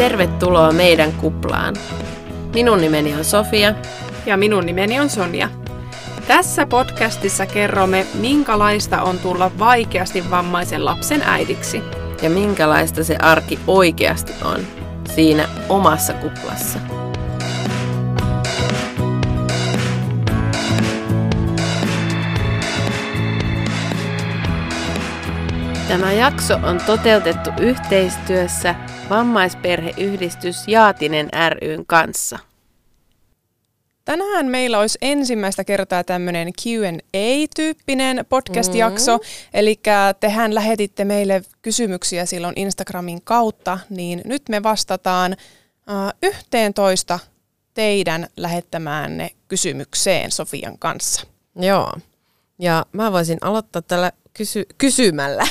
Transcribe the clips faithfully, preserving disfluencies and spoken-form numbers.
Tervetuloa meidän kuplaan. Minun nimeni on Sofia. Ja minun nimeni on Sonja. Tässä podcastissa kerromme, minkälaista on tulla vaikeasti vammaisen lapsen äidiksi. Ja minkälaista se arki oikeasti on siinä omassa kuplassa. Tämä jakso on toteutettu yhteistyössä Vammaisperheyhdistys Jaatinen ry:n kanssa. Tänään meillä olisi ensimmäistä kertaa tämmöinen Q and A-tyyppinen podcast-jakso. Mm. Eli tehän lähetitte meille kysymyksiä silloin Instagramin kautta, niin nyt me vastataan uh, yhteentoista teidän lähettämäänne kysymykseen Sofian kanssa. Joo, ja mä voisin aloittaa tällä kysy- kysymällä.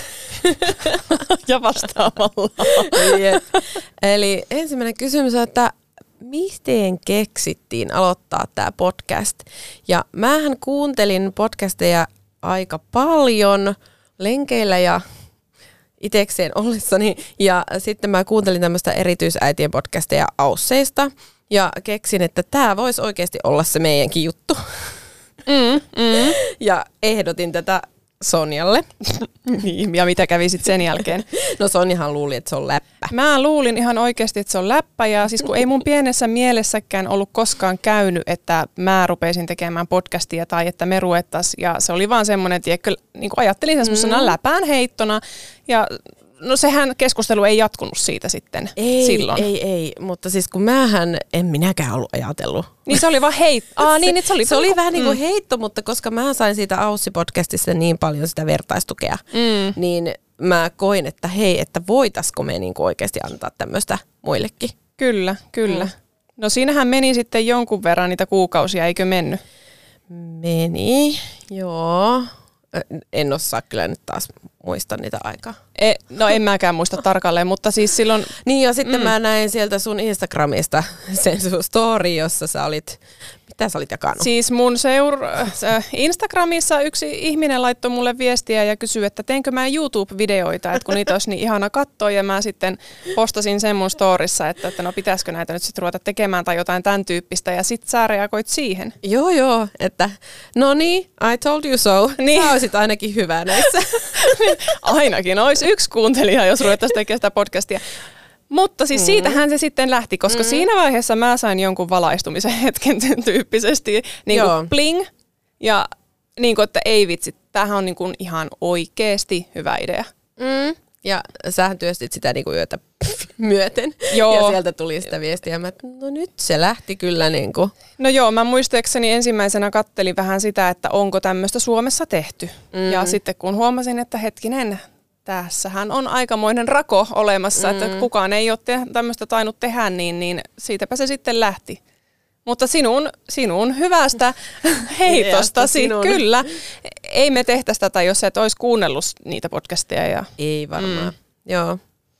Ja vastaamalla. Yep. Eli ensimmäinen kysymys on, että miten keksittiin aloittaa tämä podcast? Ja mähän kuuntelin podcasteja aika paljon lenkeillä ja itekseen ollessani. Ja sitten mä kuuntelin tämmöistä erityisäitien podcasteja Ausseista. Ja keksin, että tämä voisi oikeasti olla se meidänkin juttu. Mm, mm. Ja ehdotin tätä Sonjalle. Niin, ja mitä kävi sitten sen jälkeen? No Sonjahan luuli, että se on läppä. Mä luulin ihan oikeasti, että se on läppä. Ja siis kun ei mun pienessä mielessäkään ollut koskaan käynyt, että mä rupeisin tekemään podcastia tai että me ruvettaisiin. Ja se oli vaan semmoinen, että niin ajattelin sen semmoisena mm. läpään heittona. Ja no sehän keskustelu ei jatkunut siitä sitten ei, silloin. Ei, ei, mutta siis kun mähän en minäkään ollut ajatellut. Niin se oli vaan heitto. Aa, niin, että se oli, se oli vähän niin kuin mm. heitto, mutta koska mä sain siitä Aussi-podcastista niin paljon sitä vertaistukea, mm. niin mä koin, että hei, että voitaisko me niin kuin oikeasti antaa tämmöistä muillekin. Kyllä, kyllä. Mm. No siinähän meni sitten jonkun verran niitä kuukausia, eikö mennyt? Meni, joo. En osaa kyllä nyt taas muista niitä aikaa. E, no en mäkään muista tarkalleen, mutta siis silloin... Niin ja sitten mm. mä näin sieltä sun Instagramista sen sun story, jossa sä olit... Mitä sä olit jakanut? Siis mun seur... Instagramissa yksi ihminen laittoi mulle viestiä ja kysyi, että teenkö mä YouTube-videoita, että kun niitä olisi niin ihana katsoa. Ja mä sitten postasin sen mun storissa, että, että no pitäisikö näitä nyt sitten ruveta tekemään tai jotain tämän tyyppistä. Ja sit sä reagoit siihen. Joo joo, että no niin, I told you so. Niin. Sä olisit ainakin hyvä näissä. Ainakin olisi yksi kuuntelija, jos ruvettaisiin tekemään sitä podcastia. Mutta siis mm. siitähän se sitten lähti, koska mm. siinä vaiheessa mä sain jonkun valaistumisen hetken tyyppisesti, niin kuin bling, ja niin kuin, että ei vitsi, tämähän on niin kuin ihan oikeasti hyvä idea. Mm. Ja sähän työstit sitä niin kuin yötä myöten, joo. Ja sieltä tuli sitä viestiä, mä, että no nyt se lähti kyllä niin kuin. No joo, mä muistaakseni ensimmäisenä kattelin vähän sitä, että onko tämmöistä Suomessa tehty. Mm. Ja sitten kun huomasin, että hetkinen, tässähän on aikamoinen rako olemassa, mm. että kukaan ei ole te- tämmöistä tainnut tehdä, niin, niin siitäpä se sitten lähti. Mutta sinun, sinun hyvästä heitostasi, kyllä. Ei me tehtäisi tätä, jos et olisi kuunnellut niitä podcasteja. Ja... Ei varmaan, mm. joo.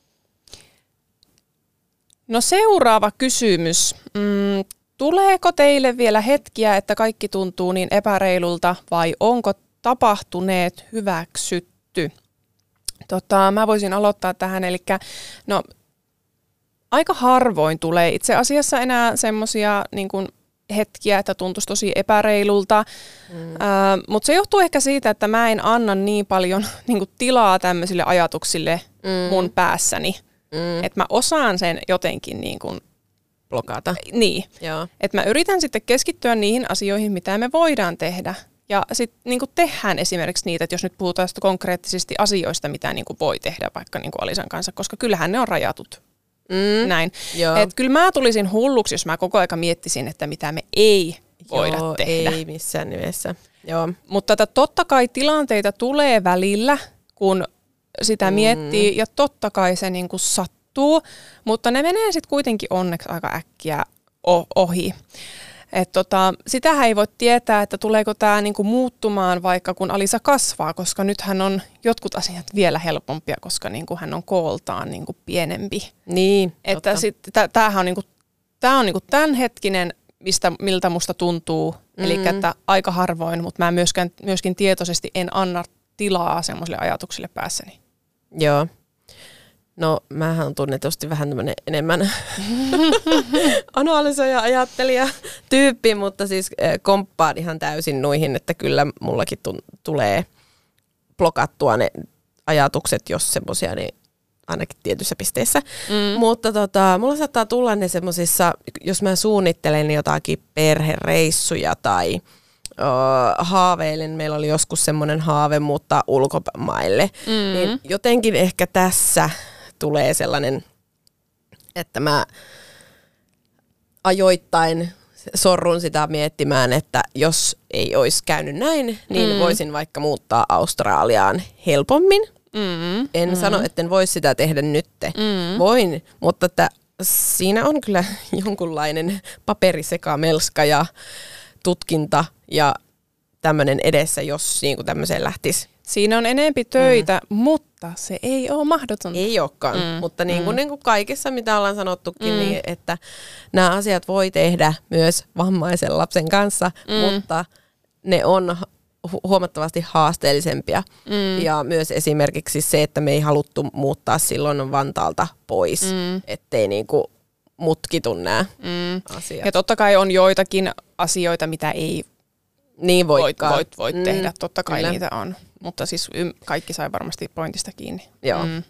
No seuraava kysymys. Mm, tuleeko teille vielä hetkiä, että kaikki tuntuu niin epäreilulta vai onko tapahtuneet hyväksytty? Tota, mä voisin aloittaa tähän, eli no, aika harvoin tulee itse asiassa enää semmoisia niin kuin hetkiä, että tuntuisi tosi epäreilulta, mm. äh, mutta se johtuu ehkä siitä, että mä en anna niin paljon niin kuin tilaa tämmöisille ajatuksille mm. mun päässäni, mm. että mä osaan sen jotenkin niin kuin blokata. Niin, että mä yritän sitten keskittyä niihin asioihin, mitä me voidaan tehdä. Ja sitten niin tehdään esimerkiksi niitä, että jos nyt puhutaan konkreettisesti asioista, mitä niin voi tehdä vaikka niin Alisan kanssa, koska kyllähän ne on rajatut. Mm, Näin. Että kyllä mä tulisin hulluksi, jos mä koko aika miettisin, että mitä me ei voida joo, tehdä. Ei missään nimessä. Joo. Mutta että totta kai tilanteita tulee välillä, kun sitä mm. miettii, ja totta kai se niin sattuu, mutta ne menee sitten kuitenkin onneksi aika äkkiä ohi. Et tota, sitähän ei voi tietää, että tuleeko tämä niinku muuttumaan vaikka kun Alisa kasvaa, koska nythän on jotkut asiat vielä helpompia, koska niinku hän on kooltaan niinku pienempi. Niin, että sit, t- tämähän on, niinku, tää on niinku tämänhetkinen, mistä, miltä musta tuntuu. Mm-hmm. Eli että aika harvoin, mutta mä myöskään, myöskin tietoisesti en anna tilaa semmoisille ajatuksille päässäni. Joo. No, mähän on tunnetusti vähän tämmönen enemmän analysoija, ajattelija tyyppi, mutta siis komppaan ihan täysin noihin, että kyllä mullakin tun- tulee blokattua ne ajatukset, jos semmosia, niin ainakin tietyissä pisteissä. Mm. Mutta tota, mulla saattaa tulla ne semmosissa, jos mä suunnittelen jotakin perhereissuja tai ö, haaveilen, meillä oli joskus semmoinen haave muuttaa ulkomaille, mm. niin jotenkin ehkä tässä tulee sellainen, että mä ajoittain sorrun sitä miettimään, että jos ei olisi käynyt näin, niin mm. voisin vaikka muuttaa Australiaan helpommin. Mm. En mm. sano, että en voisi sitä tehdä nytte. Mm. Voin, mutta että siinä on kyllä jonkunlainen paperisekamelska ja tutkinta ja tämmöinen edessä, jos niin kuin tämmöiseen lähtisi. Siinä on enempi töitä, mm. mutta se ei ole mahdotonta. Ei olekaan, mm. mutta niin kuin, mm. niin kuin kaikessa, mitä ollaan sanottukin, mm. niin, että nämä asiat voi tehdä myös vammaisen lapsen kanssa, mm. mutta ne on hu- huomattavasti haasteellisempia. Mm. Ja myös esimerkiksi se, että me ei haluttu muuttaa silloin Vantaalta pois, mm. ettei niin kuin mutkitu nämä mm. asiat. Ja totta kai on joitakin asioita, mitä ei niin voit, voit, voit mm. tehdä. Totta kai Kyllä. niitä on. Mutta siis ym- kaikki sai varmasti pointista kiinni. Joo. Mm.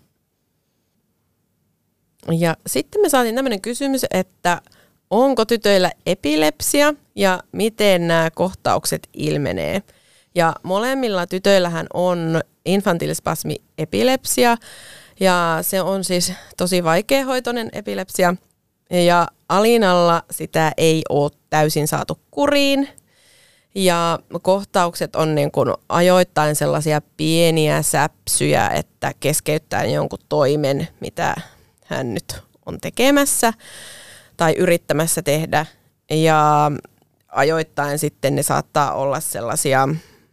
Ja sitten me saatiin tämmöinen kysymys, että onko tytöillä epilepsia ja miten nämä kohtaukset ilmenee. Ja molemmilla tytöillähän on infantiilispasmi epilepsia ja se on siis tosi vaikeahoitoinen epilepsia. Ja Alinalla sitä ei ole täysin saatu kuriin. Ja kohtaukset on niin kuin ajoittain sellaisia pieniä säpsyjä, että keskeyttää jonkun toimen, mitä hän nyt on tekemässä tai yrittämässä tehdä. Ja ajoittain sitten ne saattaa olla sellaisia,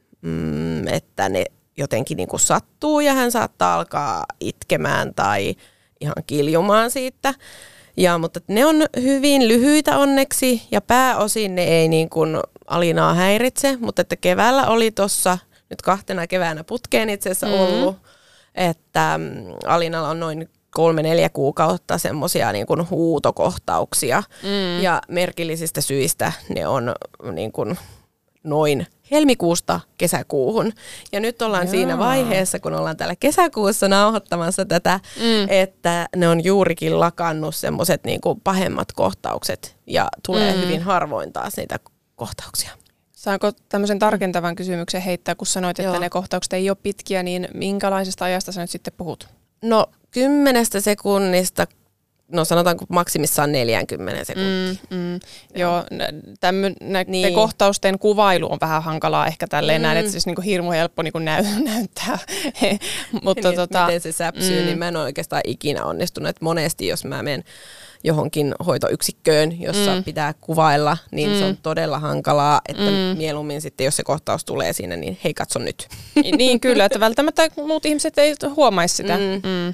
mm, että ne jotenkin niin kuin sattuu ja hän saattaa alkaa itkemään tai ihan kiljumaan siitä. Ja, mutta ne on hyvin lyhyitä onneksi ja pääosin ne ei niin kuin Alinaa häiritse, mutta että keväällä oli tuossa nyt kahtena keväänä putkeen itse asiassa mm-hmm. ollut, että Alinalla on noin kolme neljä kuukautta semmoisia niin kuin huutokohtauksia mm. ja merkillisistä syistä ne on niin kuin noin helmikuusta kesäkuuhun. Ja nyt ollaan Jaa. siinä vaiheessa, kun ollaan täällä kesäkuussa nauhoittamassa tätä, mm. että ne on juurikin lakannut semmoiset niin kuin pahemmat kohtaukset ja tulee mm. hyvin harvoin taas niitä kohtauksia. Saanko tämmöisen tarkentavan kysymyksen heittää, kun sanoit, että Joo. ne kohtaukset ei ole pitkiä, niin minkälaisesta ajasta sä nyt sitten puhut? No kymmenestä sekunnista, no sanotaanko maksimissaan neljäkymmentä sekuntia. Mm, mm. Joo, tämmö, nä, niin. kohtausten kuvailu on vähän hankalaa ehkä tälleen mm. näin, että se olisi niinku hirmu helppo niinku näy, näyttää. Mutta niin, tota, miten se säpsyy, mm. niin mä en ole oikeastaan ikinä onnistunut. Että monesti jos mä menen johonkin hoitoyksikköön, jossa mm. pitää kuvailla, niin mm. se on todella hankalaa, että mm. mieluummin sitten, jos se kohtaus tulee siinä, niin hei katso nyt. Niin kyllä, että välttämättä muut ihmiset ei huomaisi sitä. Mm. Mm.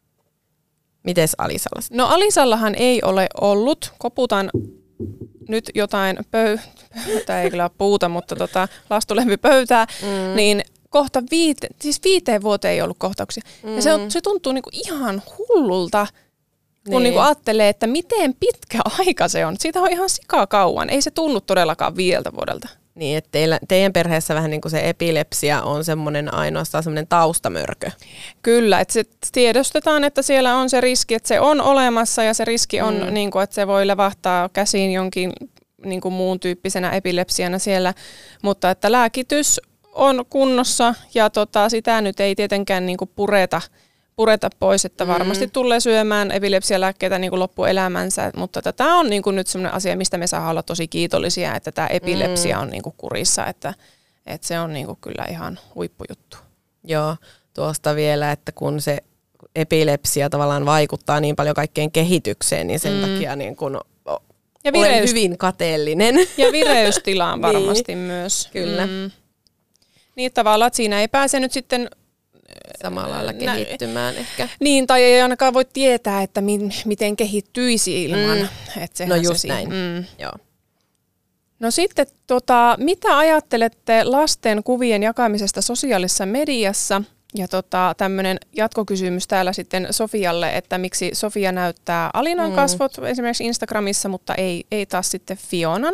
Mites Alisalla? No Alisallahan ei ole ollut, koputan nyt jotain pöytää, ei kyllä puuta, mutta tota, lastulevypöytää, mm. niin kohta viite, siis viiteen vuoteen ei ollut kohtauksia. Mm. Ja se, on, se tuntuu niinku ihan hullulta, kun niin. niinku ajattelee, että miten pitkä aika se on. Siitä on ihan sikaa kauan, ei se tunnu todellakaan viideltä vuodelta. Niin, että teillä, teidän perheessä vähän niin kuin se epilepsia on semmoinen ainoastaan semmoinen taustamörkö. Kyllä, että se tiedostetaan, että siellä on se riski, että se on olemassa ja se riski on, mm. niin kuin, että se voi levahtaa käsiin jonkin niin kuin muun tyyppisenä epilepsiana siellä, mutta että lääkitys on kunnossa ja tota, sitä nyt ei tietenkään niin kuin pureta, pureta pois, että varmasti mm. tulee syömään epilepsialääkkeitä niin kuin loppuelämänsä, mutta tämä on niin kuin nyt sellainen asia, mistä me saadaan olla tosi kiitollisia, että tämä epilepsia mm. on niin kuin kurissa, että, että se on niin kuin kyllä ihan huippujuttu. Joo, tuosta vielä, että kun se epilepsia tavallaan vaikuttaa niin paljon kaikkeen kehitykseen, niin sen mm. takia niin kuin ja vireys- olen hyvin kateellinen. Ja vireystilaan varmasti niin. myös. Kyllä. Mm. Niin tavallaan, että siinä ei pääse nyt sitten samalla lailla kehittymään Nä, ehkä. Niin, tai ei ainakaan voi tietää, että mi- miten kehittyisi ilman. Mm. Että no just se näin, mm. joo. No sitten, tota, mitä ajattelette lasten kuvien jakamisesta sosiaalisessa mediassa Ja tota, tämmöinen jatkokysymys täällä sitten Sofialle, että miksi Sofia näyttää Alinan mm. kasvot esimerkiksi Instagramissa, mutta ei, ei taas sitten Fionan.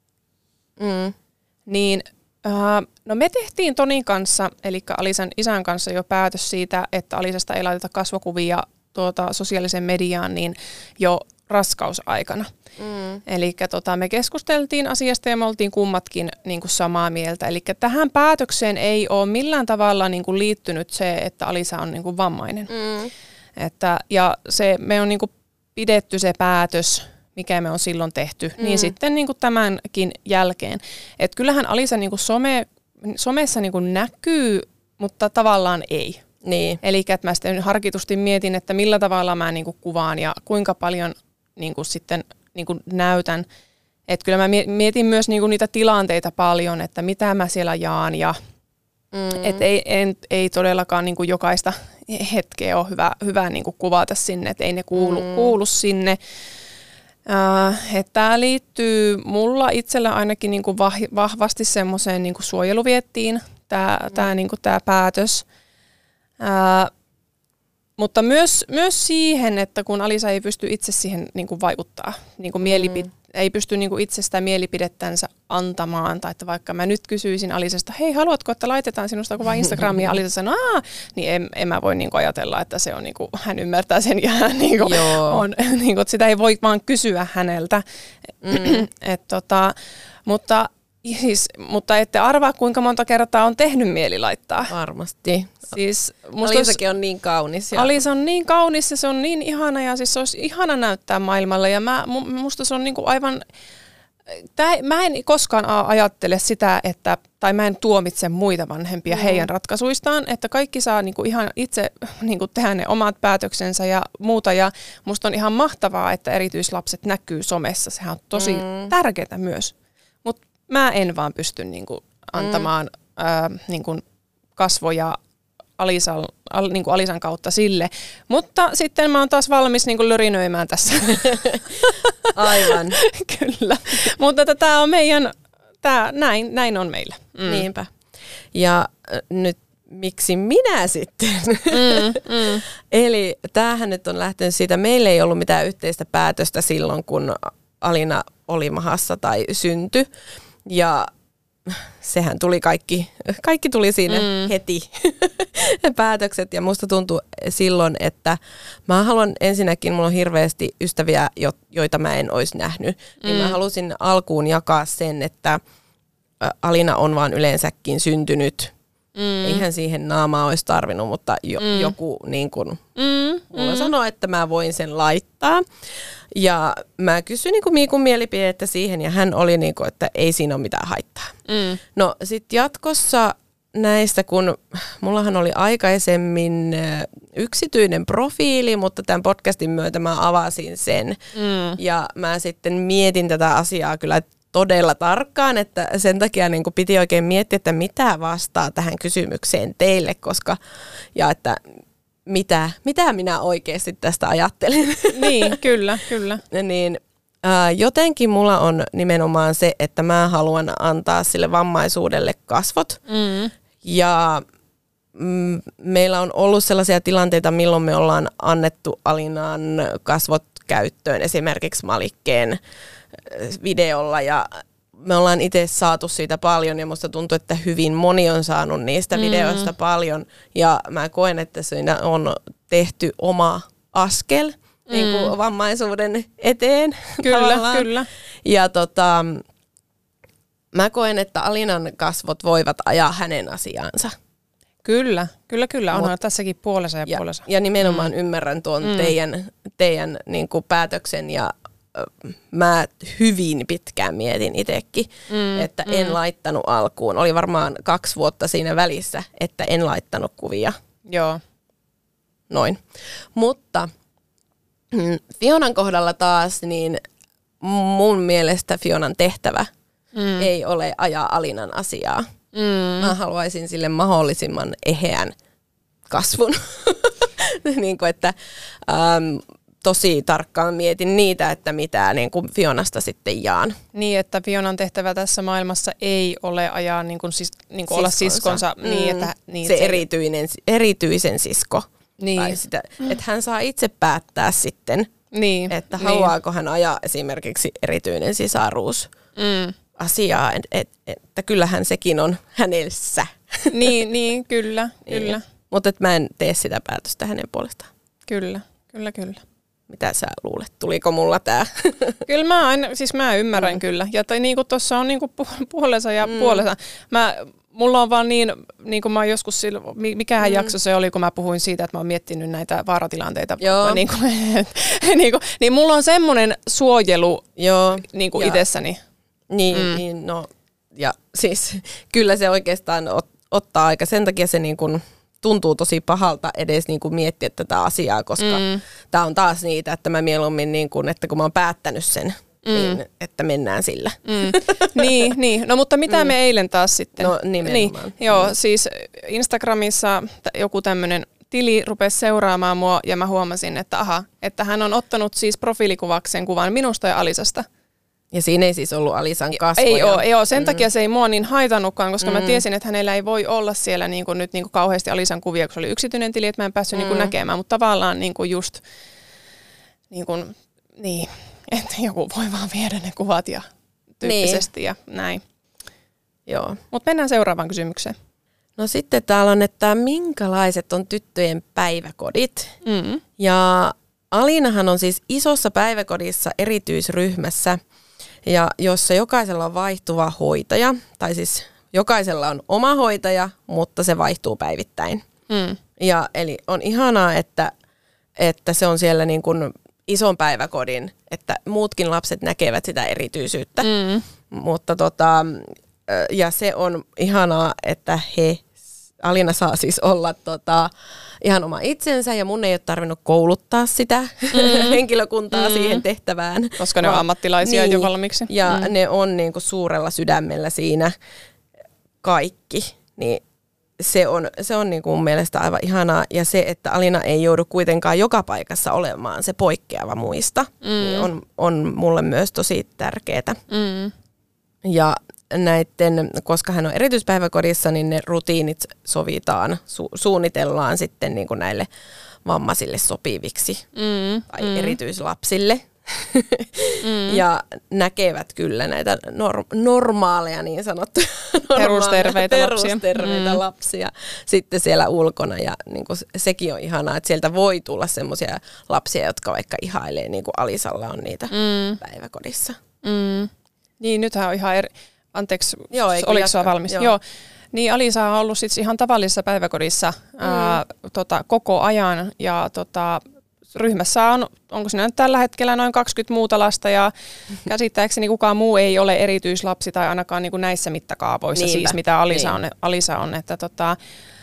Mm. Niin, äh, no me tehtiin Tonin kanssa, eli Alisan isän kanssa jo päätös siitä, että Alisasta ei laiteta kasvokuvia tuota, sosiaaliseen mediaan niin jo raskausaikana. Mm. Eli tota, me keskusteltiin asiasta ja me oltiin kummatkin niin kuin samaa mieltä. Eli tähän päätökseen ei ole millään tavalla niin kuin liittynyt se, että Alisa on niin kuin vammainen. Mm. Että, ja se, me on niin kuin pidetty se päätös, mikä me on silloin tehty, mm. niin sitten niin kuin tämänkin jälkeen. Että kyllähän Alisa niin kuin some, somessa niin kuin näkyy, mutta tavallaan ei. Niin. Eli että mä sitten harkitusti mietin, että millä tavalla mä niin kuin kuvaan ja kuinka paljon niin kuin sitten niin kuin näytän. Että kyllä mä mietin myös niin kuin niitä tilanteita paljon, että mitä mä siellä jaan ja mm. että ei, en, ei todellakaan niin kuin jokaista hetkeä ole hyvä, hyvä niin kuin kuvata sinne, että ei ne kuulu, mm. kuulu sinne. Uh, että tämä liittyy mulla itsellä ainakin niin kuin vah, vahvasti semmoiseen niin kuin suojeluviettiin, tämä mm. tää, niin kuin tää päätös. Uh, mutta myös, myös siihen, että kun Alisa ei pysty itse siihen niin kuin vaikuttaa, niin kuin mielipide, mm. ei pysty niin kuin itse sitä mielipidettänsä antamaan, tai että vaikka mä nyt kysyisin Alisasta, hei, haluatko, että laitetaan sinusta kuva Instagramiin, ja Alisa sanoo, aah, niin en, en mä voi niin kuin ajatella, että se on, niin kuin, hän ymmärtää sen, ja hän niin kuin, on, niin kuin, sitä ei voi vaan kysyä häneltä. Mm. Et, tota, mutta... Siis, mutta ette arvaa, kuinka monta kertaa on tehnyt mieli laittaa. Varmasti. Siis, Alisakin on niin kaunis. Ja... Alisa on niin kaunis ja se on niin ihana ja siis se olisi ihana näyttää maailmalle. Ja mä, musta se on niinku aivan... Tää, mä en koskaan ajattele sitä, että, tai mä en tuomitse muita vanhempia mm. heidän ratkaisuistaan, että kaikki saa niinku ihan itse niinku tehdä ne omat päätöksensä ja muuta. Ja musta on ihan mahtavaa, että erityislapset näkyy somessa. Sehän on tosi mm. tärkeää myös. Mutta mä en vaan pysty niinku antamaan mm. ää, niinku kasvoja Alisan, al, niinku Alisan kautta sille. Mutta sitten mä oon taas valmis niinku lörinöimään tässä. Aivan. Kyllä. Mutta tämä on meidän, tää, näin, näin on meillä. Mm. Niinpä. Ja äh, nyt miksi minä sitten? Mm, mm. Eli tämähän nyt on lähtenyt siitä, meillä ei ollut mitään yhteistä päätöstä silloin, kun Alina oli mahassa tai syntyi. Ja sehän tuli kaikki, kaikki tuli siinä mm. heti päätökset ja musta tuntuu silloin, että mä haluan ensinnäkin, mulla on hirveästi ystäviä, joita mä en olisi nähnyt, mm. niin mä halusin alkuun jakaa sen, että Alina on vaan yleensäkin syntynyt. Mm. Eihän siihen naamaa olisi tarvinnut, mutta jo, mm. joku niin kun, mm. mulla mm. sanoi, että mä voin sen laittaa. Ja mä kysyin niin kuin Miikun mielipidettä siihen ja hän oli niin kuin, että ei siinä ole mitään haittaa. Mm. No sit jatkossa näistä, kun mullahan oli aikaisemmin yksityinen profiili, mutta tämän podcastin myötä mä avasin sen. Mm. Ja mä sitten mietin tätä asiaa kyllä todella tarkkaan, että sen takia niin kuin piti oikein miettiä, että mitä vastaa tähän kysymykseen teille, koska ja että mitä, mitä minä oikeasti tästä ajattelen. Niin, kyllä, kyllä. niin, ää, jotenkin mulla on nimenomaan se, että mä haluan antaa sille vammaisuudelle kasvot. Mm. Ja mm, meillä on ollut sellaisia tilanteita, milloin me ollaan annettu Alinaan kasvot käyttöön, esimerkiksi Malikkeen videolla ja me ollaan itse saatu siitä paljon ja musta tuntuu, että hyvin moni on saanut niistä mm. videoista paljon ja mä koen, että siinä on tehty oma askel mm. niin kuin vammaisuuden eteen. Kyllä, tavallaan. kyllä. Ja tota, mä koen, että Alinan kasvot voivat ajaa hänen asiaansa. Kyllä, kyllä, kyllä. Onhan Mut, tässäkin puolensa ja, ja puolensa. Ja nimenomaan mm. ymmärrän tuon mm. teidän, teidän niin kuin päätöksen ja mä hyvin pitkään mietin itsekin, mm, että mm. en laittanut alkuun. Oli varmaan kaksi vuotta siinä välissä, että en laittanut kuvia. Joo. Noin. Mutta mm, Fionan kohdalla taas, niin mun mielestä Fionan tehtävä mm. ei ole ajaa Alinan asiaa. Mm. Mä haluaisin sille mahdollisimman eheän kasvun. niin kuin, että... Ähm, tosi tarkkaan mietin niitä, että mitä niin kuin Fionasta sitten jaan. Niin, että Fionan tehtävä tässä maailmassa ei ole ajaa niin kuin, sis, niin kuin olla siskonsa. Mm, niin, että, niin, se, se erityinen, erityisen sisko. Niin. Tai sitä, että hän saa itse päättää sitten, niin, että niin. haluaako hän ajaa esimerkiksi erityinen sisaruus mm. asiaa, et, et, että kyllähän sekin on hänessä. Niin, niin kyllä, niin. kyllä. Mutta mä en tee sitä päätöstä hänen puolestaan. Kyllä, kyllä, kyllä. Mitä sä luulet? Tuliko mulla tää? Kyllä mä aina, siis mä ymmärrän mm. kyllä. Ja toi, niinku tuossa on niinku puolensa ja mm. puolensa. Mä, mulla on vaan niin, niin kuin mä joskus silloin, mikähän mm. jakso se oli, kun mä puhuin siitä, että mä oon miettinyt näitä vaaratilanteita. Joo. Niin, kuin, niin, kuin, niin mulla on semmoinen suojelu Joo. Niin kuin itsessäni. Niin, mm. niin, no. Ja siis kyllä se oikeastaan ot, ottaa aika, sen takia se niin kuin tuntuu tosi pahalta edes niin kuin miettiä tätä asiaa, koska mm. tämä on taas niitä, että mä mieluummin, niin kuin, että kun mä oon päättänyt sen, mm. niin että mennään sillä. Mm. niin, niin, no mutta mitä mm. me eilen taas sitten? No nimenomaan. Niin, joo, mm. siis Instagramissa joku tämmöinen tili rupesi seuraamaan mua ja mä huomasin, että aha, että hän on ottanut siis profiilikuvakseen kuvan minusta ja Alisasta. Ja siinä ei siis ollut Alisan kasvoja. Ei ole, ei ole. Sen mm. takia se ei mua niin haitannutkaan, koska mm. mä tiesin, että hänellä ei voi olla siellä niin kuin nyt niin kuin kauheasti Alisan kuvia, kun se oli yksityinen tili, että mä en päässyt mm. niin kuin näkemään. Mutta tavallaan niin kuin just, niin, kuin, niin, että joku voi vaan viedä ne kuvat ja tyyppisesti niin. Ja näin. Joo. Mutta mennään seuraavaan kysymykseen. No sitten täällä on, että minkälaiset on tyttöjen päiväkodit? Mm. Ja Alinahan on siis isossa päiväkodissa erityisryhmässä, ja jossa jokaisella on vaihtuva hoitaja, tai siis jokaisella on oma hoitaja, mutta se vaihtuu päivittäin. Mm. Ja eli on ihanaa, että, että se on siellä niin kuin ison päiväkodin, että muutkin lapset näkevät sitä erityisyyttä. Mm. Mutta tota, ja se on ihanaa, että he, Alina saa siis olla tota, ihan oma itsensä ja mun ei ole tarvinnut kouluttaa sitä mm. henkilökuntaa mm. siihen tehtävään. Koska ne on ammattilaisia niin, jo valmiiksi. Ja mm. ne on niinku suurella sydämellä siinä kaikki. Niin se on, se on niinku mun mielestä aivan ihanaa. Ja se, että Alina ei joudu kuitenkaan joka paikassa olemaan se poikkeava muista, mm. niin on, on mulle myös tosi tärkeää. Mm. Ja näiden, koska hän on erityispäiväkodissa, niin ne rutiinit sovitaan, su- suunnitellaan sitten niin kuin näille vammaisille sopiviksi mm, tai mm. erityislapsille. mm. Ja näkevät kyllä näitä norm- normaaleja niin sanottuja perusterveitä, perusterveitä lapsia. lapsia sitten siellä ulkona. Ja niin kuin sekin on ihanaa, että sieltä voi tulla semmoisia lapsia, jotka vaikka ihailee, niin kuin Alisalla on niitä mm. päiväkodissa. Mm. Niin, nythän on ihan eri... Anteeksi, Joo, oliko sinua valmis? Joo. Joo. Niin Alisa on ollut sit ihan tavallisessa päiväkodissa mm. ää, tota, koko ajan ja tota, ryhmässä on, onko siinä nyt tällä hetkellä noin kaksikymmentä muuta lasta ja käsittääkseni kukaan muu ei ole erityislapsi tai ainakaan niin kuin näissä mittakaavoissa, Niinpä. siis mitä Alisa niin. on. Alisa on että tota,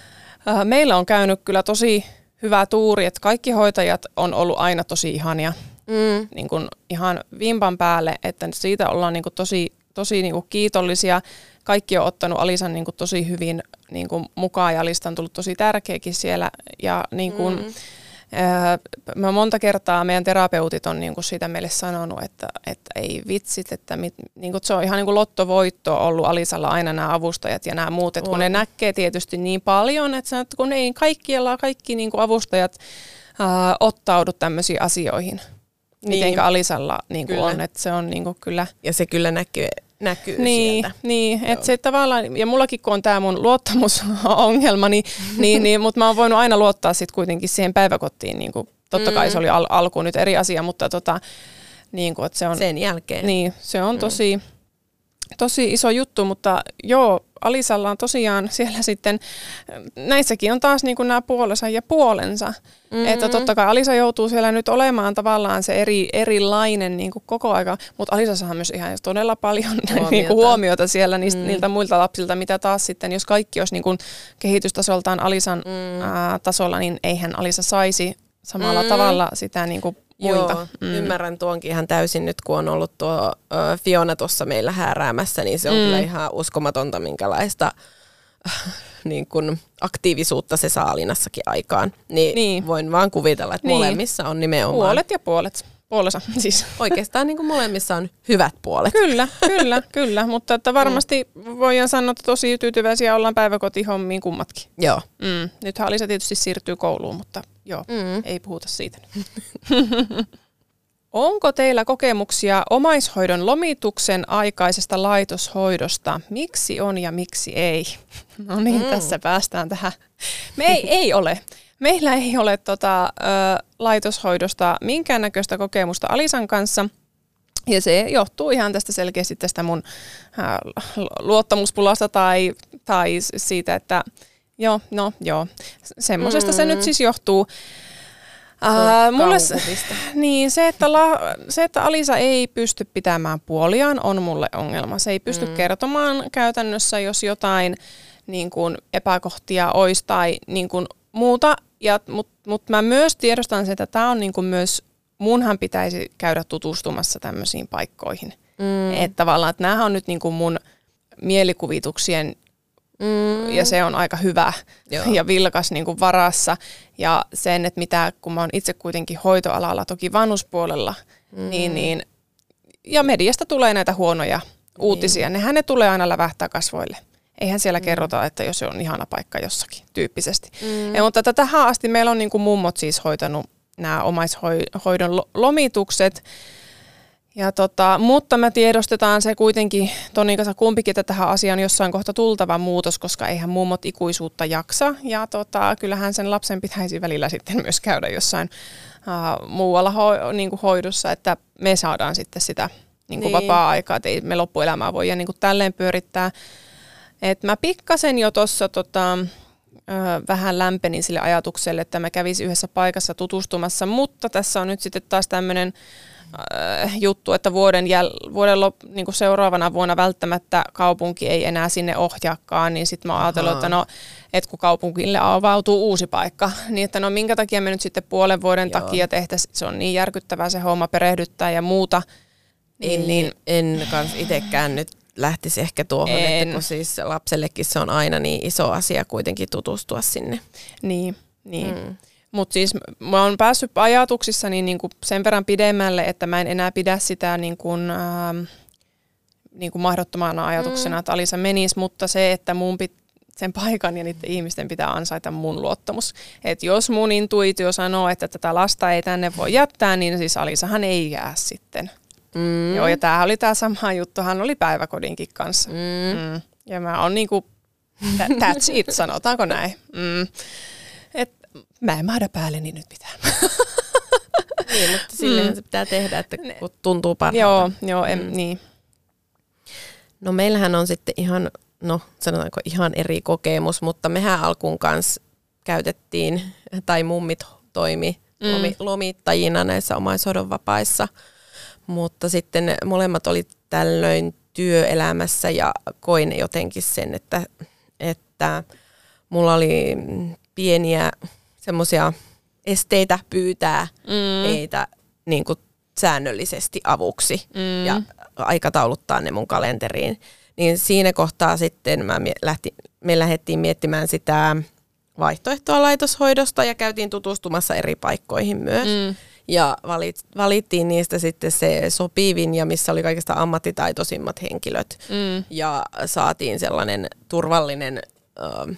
ää, meillä on käynyt kyllä tosi hyvä tuuri, että kaikki hoitajat on ollut aina tosi ihania, Mm. niin kuin ihan vimpan päälle, että siitä ollaan niin kuin tosi tosi niinku kiitollisia. Kaikki on ottanut Alisan niinku tosi hyvin niinku mukaan ja Alista on tullut tosi tärkeäkin siellä. Ja niinku, mm. ää, mä monta kertaa meidän terapeutit on niinku siitä meille sanonut, että, että ei vitsit, että mit, niinku, se on ihan niinku lottovoitto ollut Alisalla aina nämä avustajat ja nämä muut. Että kun ne näkee tietysti niin paljon, että kun ei kaikkialla kaikki niinku avustajat ää, ottaudu tämmöisiin asioihin. Mitenkä niin. Alisalla niinku on, että se on niinku kyllä... Ja se kyllä näkyy, näkyy niin, sieltä. Niin, että se tavallaan, ja mullakin kun on tämä mun luottamusongelma, niin, niin, niin, mutta mä oon voinut aina luottaa sitten kuitenkin siihen päiväkotiin, niin kuin, totta kai mm. se oli al- alkuun nyt eri asia, mutta tota, niin kuin, että se on... Sen jälkeen. Niin, se on tosi, mm. tosi iso juttu, mutta joo, Alisalla on tosiaan siellä sitten, näissäkin on taas niin kuin nämä puolensa ja puolensa. Mm-hmm. Että totta kai Alisa joutuu siellä nyt olemaan tavallaan se eri, erilainen niin kuin koko aika, mutta Alisa saa myös ihan todella paljon huomiota, niin kuin huomiota siellä niistä, mm. niiltä muilta lapsilta, mitä taas sitten, jos kaikki olisi niin kuin kehitystasoltaan Alisan mm. ää, tasolla, niin eihän Alisa saisi samalla mm. tavalla sitä niin kuin muilta. Joo, mm. ymmärrän tuonkin ihan täysin nyt, kun on ollut tuo ö, Fiona tuossa meillä hääräämässä, niin se on mm. kyllä ihan uskomatonta, minkälaista niin kun aktiivisuutta se saa Alinassakin aikaan. Niin, niin. Voin vaan kuvitella, että niin. molemmissa on nimenomaan. Puolet ja puolet. Puolensa siis. Oikeastaan niin kuin molemmissa on hyvät puolet. Kyllä, kyllä, kyllä. Mutta että varmasti mm. voidaan sanoa, että tosi tyytyväisiä ollaan päiväkotihommiin kummatkin. Joo. Mm. Nythän Alisa tietysti siirtyy kouluun, mutta joo, mm. ei puhuta siitä nyt. Onko teillä kokemuksia omaishoidon lomituksen aikaisesta laitoshoidosta? Miksi on ja miksi ei? No niin, mm. tässä päästään tähän. Me ei, ei ole. Meillä ei ole tota, ö, laitoshoidosta minkäännäköistä kokemusta Alisan kanssa. Ja se johtuu ihan tästä selkeästi tästä mun ä, luottamuspulasta tai, tai siitä, että joo, no joo, semmoisesta mm. se nyt siis johtuu. Uh, mulle, niin, se, että la, se, että Alisa ei pysty pitämään puoliaan, on mulle ongelma. Se ei pysty mm. kertomaan käytännössä, jos jotain niin kuin epäkohtia olisi tai niin kuin muuta. Mutta mut mä myös tiedostan sen, että tämä on niin kuin myös, munhan pitäisi käydä tutustumassa tämmöisiin paikkoihin. Mm. Että tavallaan, että nämähän on nyt niin kuin mun mielikuvituksien Mm. ja se on aika hyvä Joo. ja vilkas niin kuin varassa. Ja sen, että mitä, kun mä oon itse kuitenkin hoitoalalla, toki vanhuspuolella, mm. niin, niin, ja mediasta tulee näitä huonoja niin. uutisia. Nehän ne tulee aina lävähtää kasvoille. Eihän siellä mm. kerrota, että jos se on ihana paikka jossakin tyyppisesti. Mm. Ja, mutta tähän asti meillä on niin kuin mummot siis hoitanut nämä omaishoidon lomitukset. Ja tota, mutta me tiedostetaan se kuitenkin Tonin kanssa kumpikin, että tähän asiaan jossain kohta tultava muutos, koska eihän mummot ikuisuutta jaksa. Ja tota, kyllähän sen lapsen pitäisi välillä sitten myös käydä jossain uh, muualla ho, niin kuin hoidossa, että me saadaan sitten sitä niin kuin niin. vapaa-aikaa, että ei me loppuelämää voida niin kuin tälleen pyörittää. Et mä pikkasen jo tuossa tota, uh, vähän lämpenin sille ajatukselle, että mä kävisin yhdessä paikassa tutustumassa, mutta tässä on nyt sitten taas tämmöinen juttu, että vuoden, jäl- vuoden lop, niin kuin seuraavana vuonna välttämättä kaupunki ei enää sinne ohjaakaan, niin sitten mä oon ajatellut, että no, että kun kaupunkille avautuu uusi paikka, niin että no minkä takia me nyt sitten puolen vuoden Joo. takia tehtäisiin, se on niin järkyttävää se homma perehdyttää ja muuta. Niin, niin, en kans itsekään nyt lähtisi ehkä tuohon, en. että kun siis lapsellekin se on aina niin iso asia kuitenkin tutustua sinne. Niin, niin. Mm. Mutta siis mä oon päässyt ajatuksissani niinku sen verran pidemmälle, että mä en enää pidä sitä niinku, ähm, niinku mahdottomana ajatuksena, mm. että Alisa menisi, mutta se, että mun pit, sen paikan ja niiden ihmisten pitää ansaita mun luottamus. Että jos mun intuitio sanoo, että tätä lasta ei tänne voi jättää, niin siis Alisahan ei jää sitten. Mm. Joo, ja tämähän oli tämä sama juttu, hän oli päiväkodinkin kanssa. Mm. Mm. Ja mä oon niinku, that's it, sanotaanko näin. Mm. Mä en mahda päälleni nyt mitään. Niin, mutta silleen mm. se pitää tehdä, että kun tuntuu parhaalta. Joo, joo em, mm. niin. No meillähän on sitten ihan, no sanotaanko ihan eri kokemus, mutta mehän alkuun kanssa käytettiin, tai mummit toimi mm. lomi, lomittajina näissä omaishoidon vapaissa, mutta sitten molemmat oli tällöin työelämässä ja koin jotenkin sen, että, että mulla oli pieniä semmoisia esteitä pyytää mm. heitä niin kuin säännöllisesti avuksi mm. ja aikatauluttaa ne mun kalenteriin. Niin siinä kohtaa sitten mä lähti, me lähdettiin miettimään sitä vaihtoehtoa laitoshoidosta ja käytiin tutustumassa eri paikkoihin myös. Mm. Ja valit, valittiin niistä sitten se sopivin ja missä oli kaikista ammattitaitoisimmat henkilöt. Mm. Ja saatiin sellainen turvallinen Äh,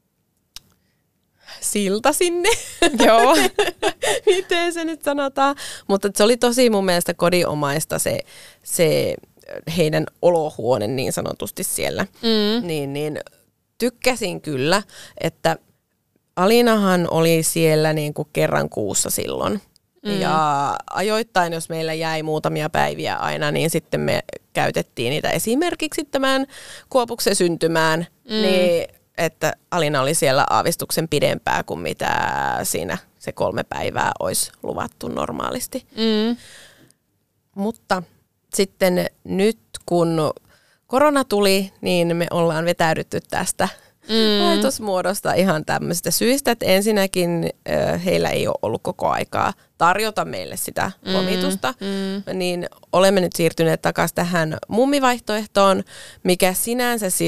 silta sinne. Joo. Miten se nyt sanotaan? Mutta se oli tosi mun mielestä kodinomaista se, se heidän olohuone niin sanotusti siellä. Mm. Niin, niin tykkäsin kyllä, että Alinahan oli siellä niin kuin kerran kuussa silloin. Mm. Ja ajoittain, jos meillä jäi muutamia päiviä aina, niin sitten me käytettiin niitä esimerkiksi tämän Kuopuksen syntymään, mm. niin että Alina oli siellä aavistuksen pidempää kuin mitä siinä se kolme päivää olisi luvattu normaalisti. Mm. Mutta sitten nyt kun korona tuli, niin me ollaan vetäydytty tästä mm. laitosmuodosta ihan tämmöisistä syistä, että ensinnäkin äh, heillä ei ole ollut koko aikaa tarjota meille sitä lomitusta, mm. niin olemme nyt siirtyneet takaisin tähän mummivaihtoehtoon, mikä sinänsä siis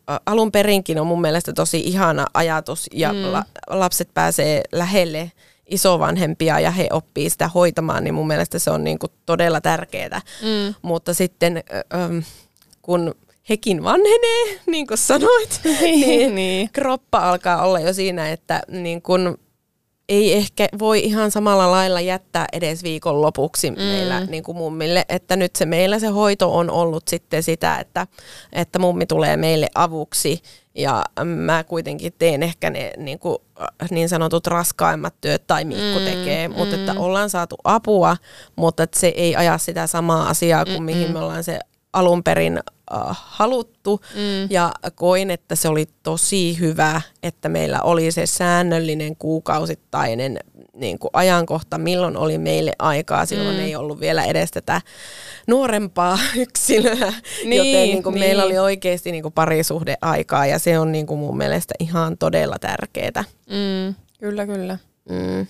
alun perinkin on mun mielestä tosi ihana ajatus ja mm. la, lapset pääsee lähelle isovanhempia ja he oppii sitä hoitamaan, niin mun mielestä se on niin kuin todella tärkeää. Mm. Mutta sitten ähm, kun hekin vanhenee, niin kuin sanoit, niin, niin kroppa alkaa olla jo siinä, että niin kun ei ehkä voi ihan samalla lailla jättää edes viikon lopuksi mm. meillä niin kuin mummille, että nyt se meillä se hoito on ollut sitten sitä, että, että mummi tulee meille avuksi ja mä kuitenkin teen ehkä ne niin, kuin, niin sanotut raskaimmat työt tai Mikko mm. tekee, mutta mm. että ollaan saatu apua, mutta että se ei aja sitä samaa asiaa kuin Mm-mm. mihin me ollaan se alun perin uh, haluttu mm. ja koin, että se oli tosi hyvä, että meillä oli se säännöllinen kuukausittainen niin kuin ajankohta, milloin oli meille aikaa. Silloin mm. ei ollut vielä edes tätä nuorempaa yksilöä, niin, joten niin kuin niin. meillä oli oikeasti niin kuin parisuhdeaikaa ja se on niin kuin mun mielestä ihan todella tärkeää. Mm. Kyllä, kyllä. Mm.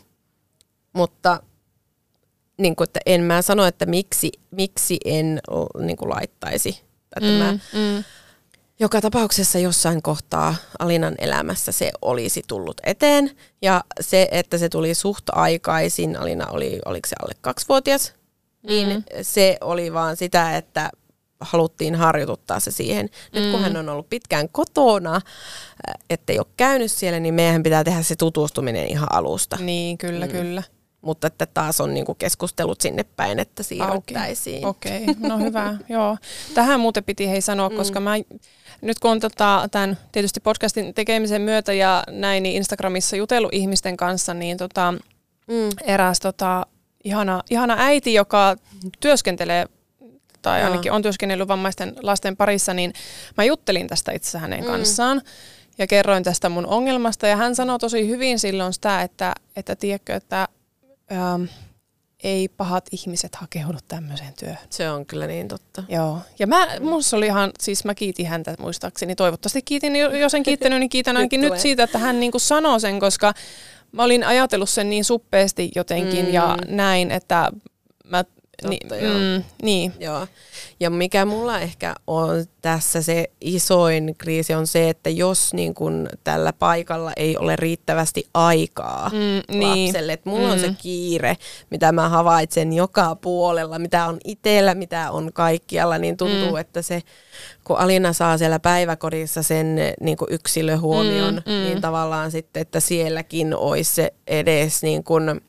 Mutta niin kuin, että en mä sano, että miksi, miksi en niin kuin laittaisi. Että mm, mä, mm. joka tapauksessa jossain kohtaa Alinan elämässä se olisi tullut eteen. Ja se, että se tuli suht aikaisin, Alina oli, oliko se alle kaksivuotias, mm. niin se oli vaan sitä, että haluttiin harjoituttaa se siihen. Nyt mm. kun hän on ollut pitkään kotona, ettei ole käynyt siellä, niin meidän pitää tehdä se tutustuminen ihan alusta. Niin, kyllä, mm. kyllä. Mutta että taas on niinku keskustelut sinne päin, että siirryttäisiin. Okei, okay. Okay. No hyvä. Joo. Tähän muuten piti hei sanoa, mm. koska mä nyt kun on tota, tämän tietysti podcastin tekemisen myötä ja näin niin Instagramissa jutellut ihmisten kanssa, niin tota, mm. eräs tota, ihana, ihana äiti, joka työskentelee tai Joo. ainakin on työskennellyt vammaisten lasten parissa, niin mä juttelin tästä itse hänen mm. kanssaan. Ja kerroin tästä mun ongelmasta ja hän sanoi tosi hyvin silloin sitä, että, että tiedätkö, että Ähm, ei pahat ihmiset hakeudu tämmöiseen työhön. Se on kyllä niin totta. Joo. Ja mä, musta oli ihan, siis mä kiitin häntä muistaakseni. Toivottavasti kiitin, jos en kiittänyt, niin kiitän ainakin nyt, nyt siitä, että hän niinku sanoo sen, koska mä olin ajatellut sen niin suppeasti jotenkin mm. ja näin, että mä Totta, Ni, joo. Mm, niin. Joo. Ja mikä mulla ehkä on tässä se isoin kriisi on se, että jos niin kun tällä paikalla ei ole riittävästi aikaa mm, lapselle, että mulla mm. on se kiire, mitä mä havaitsen joka puolella, mitä on itsellä, mitä on kaikkialla, niin tuntuu, mm. että se, kun Alina saa siellä päiväkodissa sen niin kun yksilöhuomion, mm, mm. niin tavallaan sitten, että sielläkin olisi se edes niin kun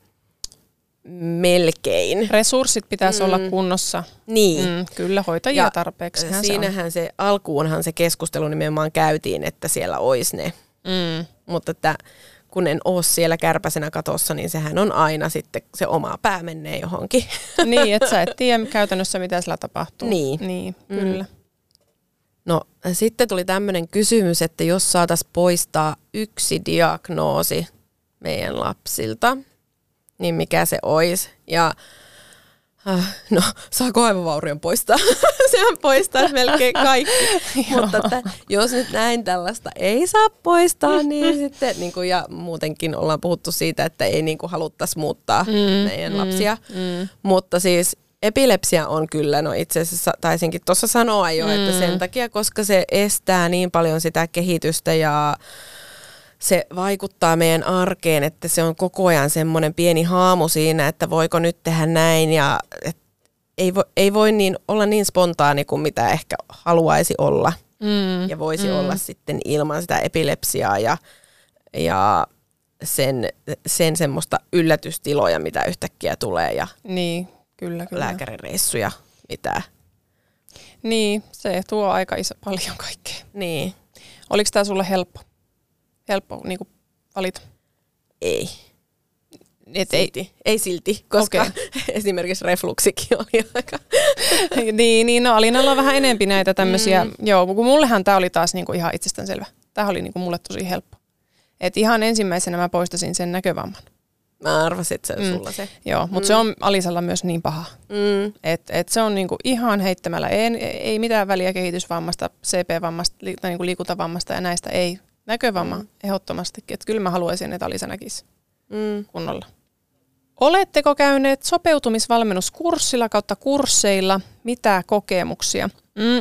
melkein. Resurssit pitäisi mm. olla kunnossa. Niin. Mm, kyllä, hoitajia ja tarpeeksi. Siinähän se, se alkuunhan se keskustelu nimenomaan käytiin, että siellä olisi ne. Mm. Mutta että kun en ole siellä kärpäsenä katossa, niin sehän on aina sitten se oma pää menee johonkin. Niin, että sä et tiedä käytännössä, mitä siellä tapahtuu. Niin. Niin, kyllä. Mm. No sitten tuli tämmöinen kysymys, että jos saataisiin poistaa yksi diagnoosi meidän lapsilta, niin mikä se olisi. Ja äh, no, saako aivovaurion poistaa? Sehän poistaa melkein kaikki. Mutta että, jos nyt näin tällaista ei saa poistaa, niin sitten, niin kuin, ja muutenkin ollaan puhuttu siitä, että ei niin kuin haluttaisi muuttaa mm, meidän mm, lapsia. Mm. Mutta siis epilepsia on kyllä, no itse asiassa taisinkin tuossa sanoa jo, mm. että sen takia, koska se estää niin paljon sitä kehitystä ja se vaikuttaa meidän arkeen, että se on koko ajan semmoinen pieni haamu siinä, että voiko nyt tehdä näin ja ei voi, ei voi niin, olla niin spontaani kuin mitä ehkä haluaisi olla mm, ja voisi mm. olla sitten ilman sitä epilepsiaa ja, ja sen, sen semmoista yllätystiloja, mitä yhtäkkiä tulee ja niin, kyllä, kyllä. lääkärireissuja, mitä. Niin, se tuo aika iso, paljon kaikkea. Niin. Oliko tämä sulle helppo? Helppo niin kuin valita? Ei. Et silti. Ei. ei silti, koska okay. esimerkiksi refluksikin oli aika. niin, niin, no Alinalla on vähän enempi näitä tämmöisiä. Mm. Joo, kun mullehan tämä oli taas niinku ihan itsestäänselvä. Tämä oli niinku mulle tosi helppo. Et ihan ensimmäisenä mä poistasin sen näkövamman. Mä arvasin, että se on mm. sulla se. Joo, mutta mm. se on Alisalla myös niin paha. Mm. Että et se on niinku ihan heittämällä. Ei, ei mitään väliä kehitysvammasta, C P-vammasta tai niinku liikuntavammasta ja näistä ei. Näkövamma mm. ehdottomastikin. Että kyllä mä haluaisin, että Alisa näkisi mm. kunnolla. Oletteko käyneet sopeutumisvalmennuskurssilla kautta kursseilla? Mitä kokemuksia? Mm.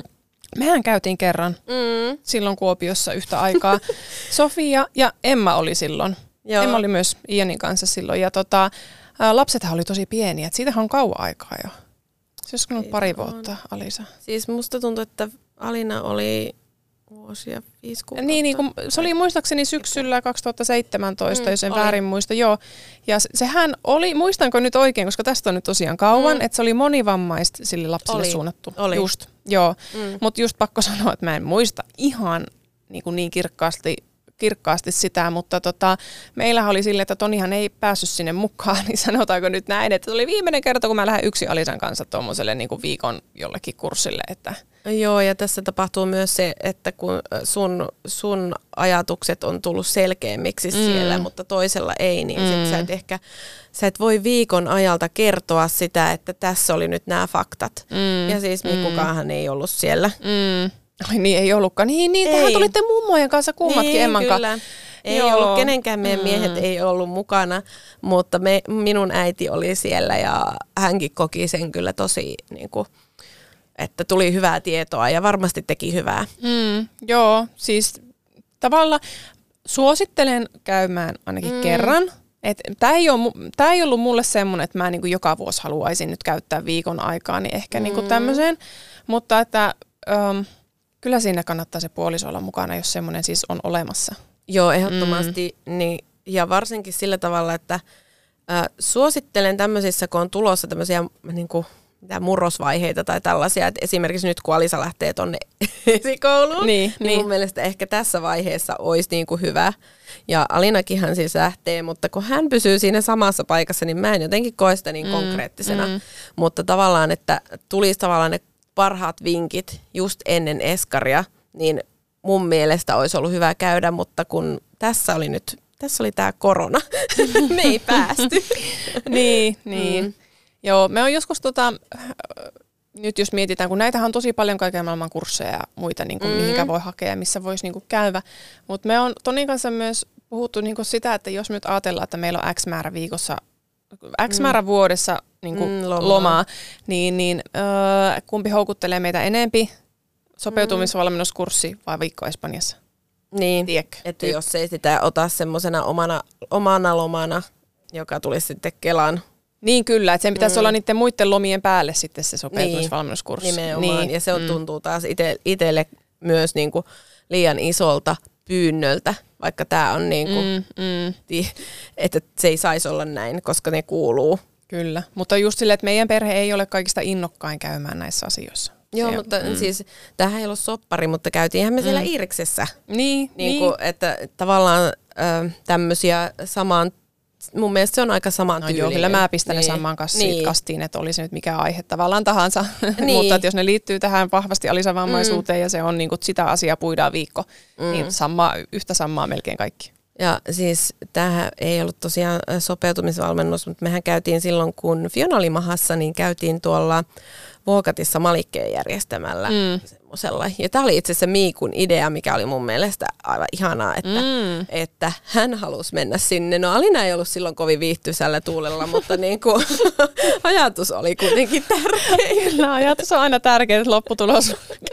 Mehän käytiin kerran Mm. silloin Kuopiossa yhtä aikaa. Sofia ja Emma oli silloin. Joo. Emma oli myös Ianin kanssa silloin. Ja tota, ää, lapsethan oli tosi pieniä. Et siitähän on kauan aikaa jo. Se olisiko ollut pari vuotta, Alisa? Siis musta tuntuu, että Alina oli vuosia viisi kuukautta. Niin, niin kun, se oli muistaakseni syksyllä kaksituhattaseitsemäntoista, mm, jos en oli. väärin muista. Joo. Ja sehän oli, muistanko nyt oikein, koska tästä on nyt tosiaan kauan, mm. että se oli monivammaista sille lapsille oli. suunnattu. Oli. Just, joo. Mm. Mutta just pakko sanoa, että mä en muista ihan niin, kuin niin kirkkaasti, kirkkaasti sitä, mutta tota, meillähän oli silleen, että Tonihan ei päässyt sinne mukaan, niin sanotaanko nyt näin, että se oli viimeinen kerta, kun mä lähden yksi Alisan kanssa tuommoiselle niin kuin viikon jollekin kurssille, että Joo, ja tässä tapahtuu myös se, että kun sun, sun ajatukset on tullut selkeämmiksi mm. siellä, mutta toisella ei, niin mm. sit sä et ehkä sä et voi viikon ajalta kertoa sitä, että tässä oli nyt nämä faktat. Mm. Ja siis Mikkukaanhan mm. ei ollut siellä. Mm. Ai niin, ei ollutkaan. Niin, niin tehän tulitte mummojen kanssa kummatkin niin, Emman kyllä. kanssa. Ei Joo. ollut kenenkään, meidän miehet mm. ei ollut mukana, mutta me, minun äiti oli siellä ja hänkin koki sen kyllä tosi niin kuin, että tuli hyvää tietoa ja varmasti teki hyvää. Mm, joo, siis tavallaan suosittelen käymään ainakin mm. kerran. Tämä ei, ei ollut mulle semmoinen, että mä niinku joka vuosi haluaisin nyt käyttää viikon aikaa, niin ehkä mm. niinku tämmöiseen. Mutta että ähm, kyllä siinä kannattaa se puoliso olla mukana, jos semmoinen siis on olemassa. Joo, ehdottomasti. Mm. Niin, ja varsinkin sillä tavalla, että äh, suosittelen tämmöisissä, kun on tulossa tämmöisiä niinku mitä murrosvaiheita tai tällaisia, että esimerkiksi nyt kun Alisa lähtee tonne esikouluun, niin, niin, niin mun mielestä ehkä tässä vaiheessa olisi niin kuin hyvä. Ja Alinakinhan siis lähtee, mutta kun hän pysyy siinä samassa paikassa, niin mä en jotenkin koe sitä niin mm, konkreettisena. Mm. Mutta tavallaan, että tulisi tavallaan ne parhaat vinkit just ennen eskaria, niin mun mielestä olisi ollut hyvä käydä, mutta kun tässä oli nyt, tässä oli tää korona, me ei päästy. niin, niin. Mm. Joo, me on joskus, tota, nyt jos mietitään, kun näitähän on tosi paljon kaiken maailman kursseja ja muita, niin kuin, mm. mihinkä voi hakea ja missä voisi niin kuin käydä. Mutta me on Tonin kanssa myös puhuttu niin kuin sitä, että jos me nyt ajatellaan, että meillä on X määrä viikossa, X mm. määrä vuodessa niin kuin mm, lomaa. lomaa, niin, niin öö, kumpi houkuttelee meitä enempi, sopeutumisvalmennuskurssi vai viikko Espanjassa? Niin, Tiek. että Tiek. jos ei sitä ota semmoisena omana, omana lomana, joka tulisi sitten Kelan. Niin kyllä, että sen pitäisi mm. olla niiden muiden lomien päälle sitten se sopeutumisvalmennuskurssi. Niin, nimenomaan. Niin. Ja se on, tuntuu taas ite, itselle myös niinku liian isolta pyynnöltä, vaikka tämä on niinku, mm, mm. Ti, että se ei saisi olla näin, koska ne kuuluu. Kyllä, mutta just silleen, että meidän perhe ei ole kaikista innokkain käymään näissä asioissa. Joo, se, mutta mm. siis tämähän ei ollut soppari, mutta käytiinhän me siellä mm. Iiriksessä. Niin, niin. Kuin, että tavallaan äh, tämmöisiä samaan, mun mielestä se on aika saman no tyylinen. Joo, kyllä mä pistän niin. ne samaan niin. kastiin, että olisi nyt mikä aihe tavallaan tahansa. Niin. Mutta että jos ne liittyy tähän vahvasti alisavammaisuuteen mm. ja se on niin kuin sitä asiaa puidaan viikko, mm. niin samaa, yhtä samaa melkein kaikki. Ja siis tämähän ei ollut tosiaan sopeutumisvalmennus, mutta mehän käytiin silloin, kun Fiona oli mahassa, niin käytiin tuolla Vuokatissa Malikkeen järjestämällä mm. semmoisella. Ja tämä oli itse asiassa Miikun idea, mikä oli mun mielestä aivan ihanaa, että, mm. että hän halusi mennä sinne. No Alina ei ollut silloin kovin viihtyisällä tuulella, mutta niin kuin, ajatus oli kuitenkin tärkeä. Kyllä, ajatus on aina tärkeä, lopputulos.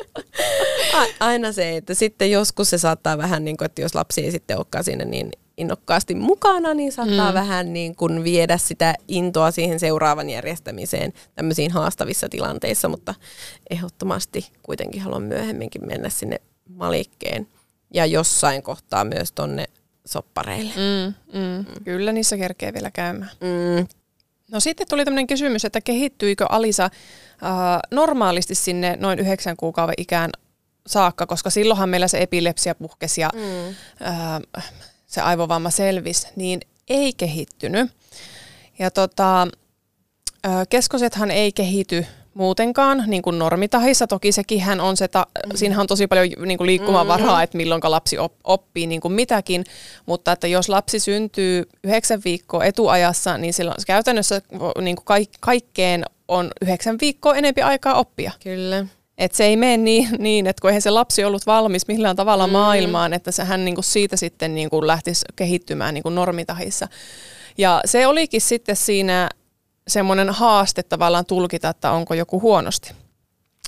Aina se, että sitten joskus se saattaa vähän, niin kuin, että jos lapsi ei sitten olekaan siinä niin innokkaasti mukana, niin saattaa mm. vähän niin kuin viedä sitä intoa siihen seuraavan järjestämiseen tämmöisiin haastavissa tilanteissa, mutta ehdottomasti kuitenkin haluan myöhemminkin mennä sinne Malikkeen ja jossain kohtaa myös tonne soppareille. Mm, mm. Mm. Kyllä niissä kerkee vielä käymään. Mm. No sitten tuli tämmöinen kysymys, että kehittyikö Alisa äh, normaalisti sinne noin yhdeksän kuukauden ikään saakka, koska silloinhan meillä se epilepsia puhkesi ja mm. äh, se aivovamma selvisi, niin ei kehittynyt. Ja tota, keskosethan ei kehity muutenkaan, niin kuin normitahissa. Toki sekinhän on se, ta- mm. siinähän on tosi paljon niin kuin liikkumavaraa, mm. että milloin lapsi op- oppii niin kuin mitäkin. Mutta että jos lapsi syntyy yhdeksän viikkoa etuajassa, niin silloin käytännössä niin kuin kaik- kaikkeen on yhdeksän viikkoa enempi aikaa oppia. Kyllä. Että se ei mene niin, niin, että kun eihän se lapsi ollut valmis millään tavalla mm. maailmaan, että se, hän niinku siitä sitten niinku lähtisi kehittymään niinku normitahissa. Ja se olikin sitten siinä semmoinen haaste tavallaan tulkita, että onko joku huonosti.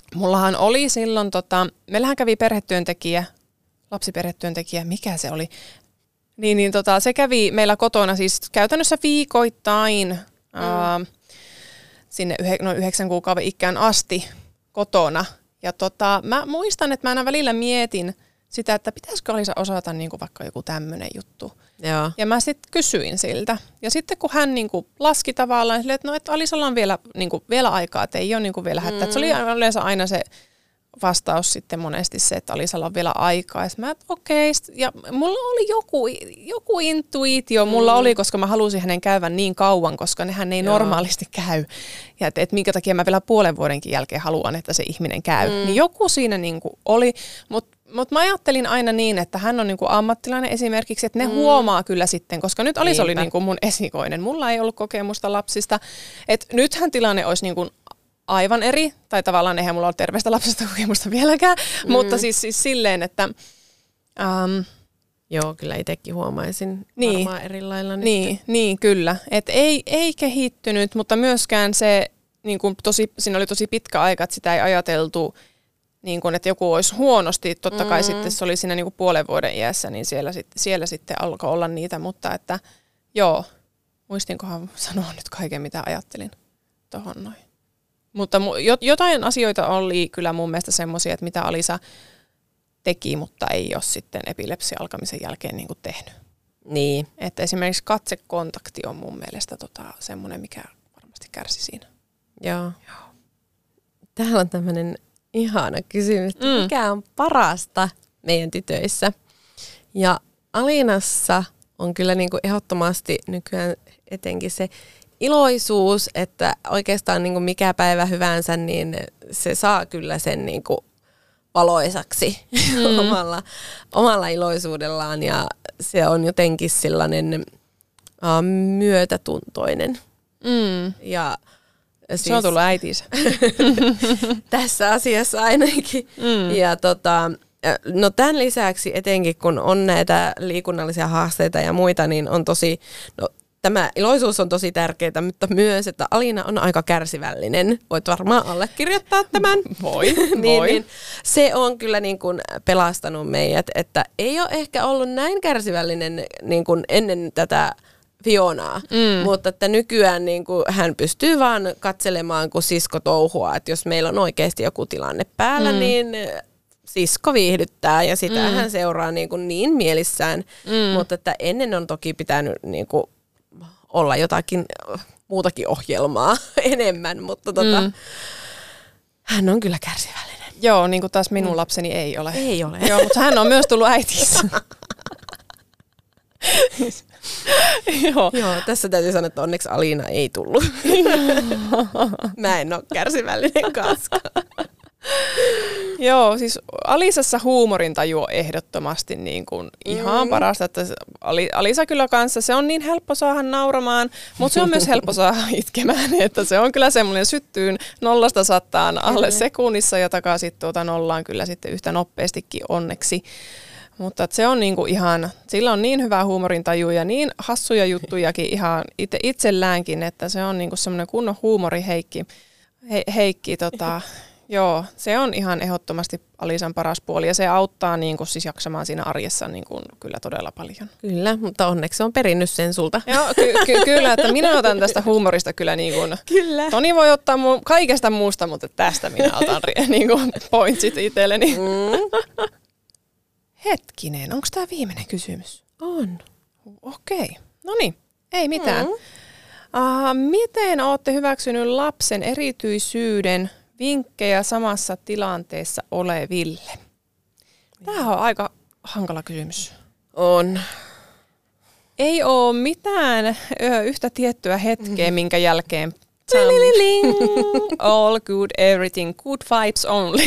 mullahan oli silloin, tota, meillähän kävi perhetyöntekijä, lapsiperhetyöntekijä, mikä se oli? Niin, niin tota, se kävi meillä kotona siis käytännössä viikoittain mm. ää, sinne yhe, noin yhdeksän kuukauden ikään asti kotona. Ja tota, mä muistan, että mä aina välillä mietin sitä, että pitäisikö Alisa osata niin kuin vaikka joku tämmöinen juttu. Joo. Ja mä sitten kysyin siltä. Ja sitten kun hän niin kuin laski tavallaan, silleen, että no, että Alisalla on vielä, niin kuin, vielä aikaa, että ei ole niin kuin vielä hätää. Mm. Se oli yleensä aina se vastaus sitten monesti se, että Alisalla on vielä aikaa. Ja mä, että okei. Okay. Ja mulla oli joku, joku intuitio, mulla mm. oli, koska mä halusin hänen käyvän niin kauan, koska nehän ei Joo. normaalisti käy. Ja että et minkä takia mä vielä puolen vuodenkin jälkeen haluan, että se ihminen käy. Mm. Niin joku siinä niin kuin oli, mutta Mutta mä ajattelin aina niin, että hän on niinku ammattilainen esimerkiksi, että ne mm. huomaa kyllä sitten, koska nyt Alisa oli niinku mun esikoinen. Mulla ei ollut kokemusta lapsista. Et nythän tilanne olisi niinku aivan eri, tai tavallaan eihän mulla ole terveistä lapsista kokemusta vieläkään, mm. mutta siis, siis silleen, että... Um, Joo, kyllä itsekin huomaisin niin, varmaan eri lailla nyt. Niin, niin kyllä. Et ei, ei kehittynyt, mutta myöskään se, niinku tosi, siinä oli tosi pitkä aika, että sitä ei ajateltu... Niin kun, että joku olisi huonosti, totta kai mm. sitten se oli siinä niin kuin puolen vuoden iässä, niin siellä, sit, siellä sitten alkoi olla niitä, mutta että joo, muistinkohan sanoa nyt kaiken, mitä ajattelin tohon noin. Mutta jotain asioita oli kyllä mun mielestä semmoisia, että mitä Alisa teki, mutta ei ole sitten epilepsia alkamisen jälkeen niin kuin tehnyt. Niin. Että esimerkiksi katsekontakti on mun mielestä tota, semmoinen, mikä varmasti kärsi siinä. Joo. Joo. Täällä on tämmöinen... ihana kysymys, mm. mikä on parasta meidän tytöissä. Ja Alinassa on kyllä niin kuin ehdottomasti nykyään etenkin se iloisuus, että oikeastaan niin kuin mikä päivä hyvänsä, niin se saa kyllä sen niin kuin valoisaksi mm. omalla, omalla iloisuudellaan. Ja se on jotenkin sellainen uh, myötätuntoinen. Mm. Ja Siis, se on tullut äitinsä. Tässä asiassa ainakin. Mm. Ja tota, no tämän lisäksi etenkin kun on näitä liikunnallisia haasteita ja muita, niin on tosi, no tämä iloisuus on tosi tärkeää, mutta myös, että Alina on aika kärsivällinen. Voit varmaan allekirjoittaa tämän. Voi, niin, voi. Niin, se on kyllä niin kuin pelastanut meidät, että ei ole ehkä ollut näin kärsivällinen niin kuin ennen tätä Fionaa, mm. mutta että nykyään niin kuin hän pystyy vaan katselemaan, kun sisko touhua, että jos meillä on oikeasti joku tilanne päällä, mm. niin sisko viihdyttää ja sitä mm. hän seuraa niin, kuin niin mielissään, mm. mutta että ennen on toki pitänyt niin kuin olla jotakin muutakin ohjelmaa enemmän, mutta tota, mm. hän on kyllä kärsivällinen. Joo, niin kuin taas minun lapseni ei ole. Ei ole. Joo, mutta hän on myös tullut äitissä. Joo. Joo, tässä täytyy sanoa, että onneksi Alina ei tullut. Mä en ole kärsivällinen kaskaan. Joo, siis Alisassa huumorintaju on ehdottomasti niin kuin ihan mm. parasta. Että Alisa kyllä kanssa, se on niin helppo saada nauramaan, mutta se on myös helppo saada itkemään. Että se on kyllä semmoinen syttyyn nollasta sattaan alle mm. sekunnissa ja takaisin tuota nollaan kyllä sitten yhtä nopeastikin onneksi. Mutta se on niinku ihan, sillä on niin hyvä huumorintaju ja niin hassuja juttujakin ihan itse, itselläänkin, että se on niinku semmoinen kunnon huumoriheikki. He, heikki, tota, joo, se on ihan ehdottomasti Alisan paras puoli ja se auttaa niinku siis jaksamaan siinä arjessa niinku kyllä todella paljon. Kyllä, mutta onneksi on perinnyt sen sulta. Joo, ky- ky- kyllä, että minä otan tästä huumorista kyllä niinku, kyllä. Toni voi ottaa mu- kaikesta muusta, mutta tästä minä otan niinku pointsit itselleni. Mm. Hetkinen, onko tämä viimeinen kysymys? On. Okei, okay. No niin, ei mitään. Mm. Uh, miten olette hyväksynyt lapsen erityisyyden vinkkejä samassa tilanteessa oleville? Tämä on aika hankala kysymys. On. Ei ole mitään ö, yhtä tiettyä hetkeä, mm. minkä jälkeen all good, everything, good vibes only.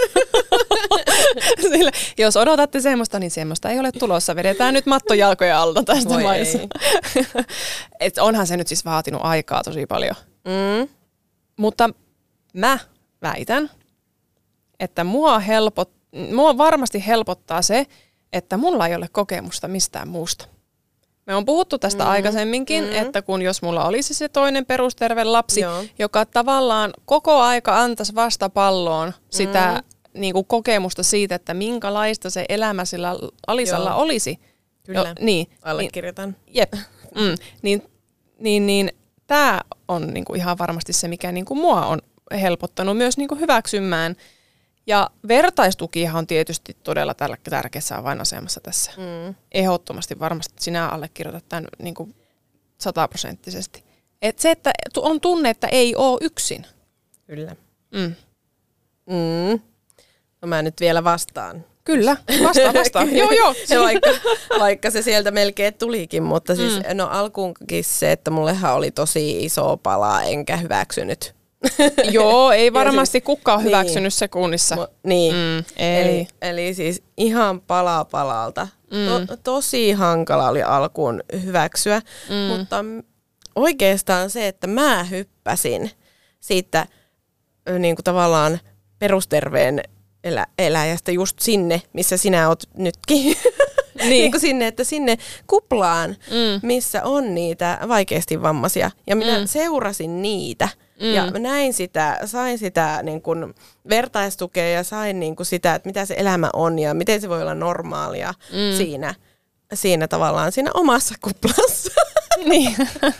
Sillä, jos odotatte semmoista, niin semmoista ei ole tulossa. Vedetään nyt mattojalkoja alta tästä vaiheessa. Et onhan se nyt siis vaatinut aikaa tosi paljon. Mm. Mutta mä väitän, että mua, helpot, mua varmasti helpottaa se, että mulla ei ole kokemusta mistään muusta. Me on puhuttu tästä mm. aikaisemminkin, mm. että kun jos mulla olisi se toinen perusterve lapsi, Joo. joka tavallaan koko aika antaisi vastapalloon sitä mm. niin kuin kokemusta siitä, että minkälaista se elämä sillä Alisalla Joo. olisi. Kyllä, jo, niin, allekirjoitan. Niin, jep, mm, niin, niin, niin tämä on niinku ihan varmasti se, mikä niinku mua on helpottanut myös niinku hyväksymään. Ja vertaistukihan on tietysti todella tärkeässä avainasemassa tässä. Mm. Ehdottomasti varmasti sinä allekirjoitat tämän niinku sataprosenttisesti. Et se, että on tunne, että ei ole yksin. Kyllä. Mm. Mm. No mä nyt vielä vastaan. Kyllä, vastaa, vastaa. joo, joo. Se vaikka, vaikka se sieltä melkein tulikin, mutta siis mm. no alkuunkin se, että mullehan oli tosi iso pala, enkä hyväksynyt. Joo, ei varmasti siis, kukaan hyväksynyt niin, sekunnissa. Mo, niin, mm, ei. Eli, eli siis ihan pala palalta. Mm. To, tosi hankala oli alkuun hyväksyä, mm. mutta oikeastaan se, että mä hyppäsin siitä niin kuin tavallaan perusterveen elä, eläjästä just sinne, missä sinä oot nytkin. Niin. niin kuin sinne, että sinne kuplaan, mm. missä on niitä vaikeasti vammaisia. Ja minä mm. seurasin niitä. Mm. Ja näin sitä, sain sitä niin kuin vertaistukea ja sain niin kuin sitä, että mitä se elämä on ja miten se voi olla normaalia mm. siinä, siinä tavallaan siinä omassa kuplassa. Niin.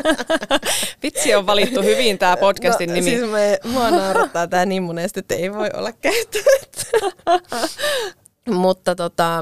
Vitsi on valittu hyvin tämä podcastin no, nimi. Siis me, mua naurattaa tämä niin monesti, että ei voi olla käyttämättä. Mutta tota,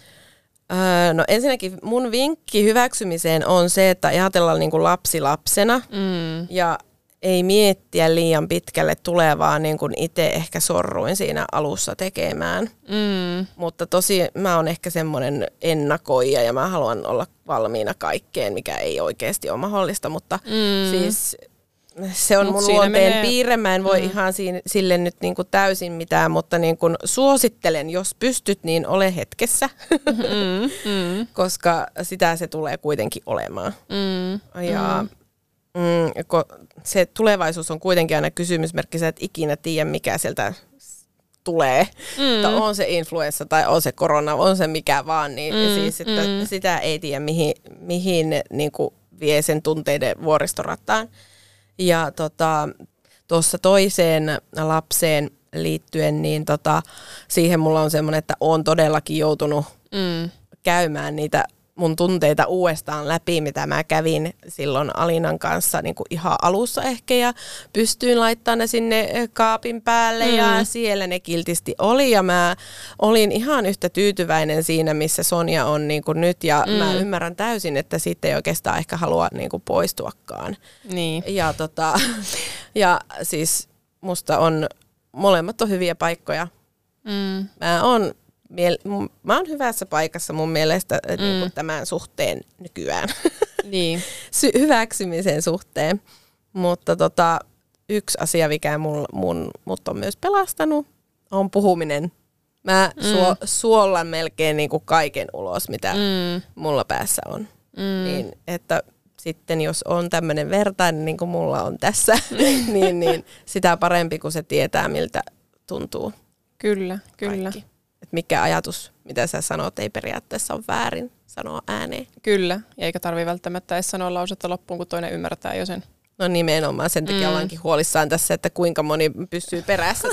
no ensinnäkin mun vinkki hyväksymiseen on se, että ajatellaan niin kuin lapsi lapsena mm. ja ei miettiä liian pitkälle tulevaa, niin kuin itse ehkä sorruin siinä alussa tekemään. Mm. Mutta tosi mä oon ehkä semmoinen ennakoija ja mä haluan olla valmiina kaikkeen, mikä ei oikeasti ole mahdollista. Mutta mm. siis se on Mut mun luonteen menee... piirre. Mä en voi mm. ihan siinä, sille nyt niin kuin täysin mitään, mutta niin kuin suosittelen, jos pystyt, niin ole hetkessä. Mm. Mm. Koska sitä se tulee kuitenkin olemaan. Mm. Ja... Mm. Mm, se tulevaisuus on kuitenkin aina kysymysmerkki, sä et ikinä tiedä, mikä sieltä tulee. Mm. On se influenssa tai on se korona, on se mikä vaan, niin mm. siis, että mm. sitä ei tiedä, mihin, mihin niin kuin vie sen tunteiden vuoristorattaan. Ja tuossa tota, toiseen lapseen liittyen, niin tota, siihen mulla on semmoinen, että olen todellakin joutunut mm. käymään niitä mun tunteita uudestaan läpi, mitä mä kävin silloin Alinan kanssa niin kuin ihan alussa ehkä, ja pystyin laittamaan ne sinne kaapin päälle, mm. ja siellä ne kiltisti oli, ja mä olin ihan yhtä tyytyväinen siinä, missä Sonja on niin kuin nyt, ja mm. mä ymmärrän täysin, että siitä ei oikeastaan ehkä halua niin kuin poistuakaan. Niin. Ja, tota, ja siis musta on, molemmat on hyviä paikkoja. Mm. Mä oon Miel- mä oon hyvässä paikassa mun mielestä mm. niin kuin tämän suhteen nykyään. Niin. Sy- hyväksymisen suhteen. Mutta tota, yksi asia, mikä mun, mun, mut on myös pelastanut, on puhuminen. Mä mm. suo, suollan melkein niin kuin kaiken ulos, mitä mm. mulla päässä on. Mm. Niin, että sitten jos on tämmöinen vertainen, niin kuin mulla on tässä, niin, niin sitä parempi, kun se tietää, miltä tuntuu. Kyllä, kyllä. Kaikki. Että mikä ajatus, mitä sä sanot, ei periaatteessa ole väärin sanoa ääneen. Kyllä, eikä tarvitse välttämättä edes sanoa lausetta loppuun, kun toinen ymmärtää jo sen. No nimenomaan, sen takia mm. ollaankin huolissaan tässä, että kuinka moni pysyy perässä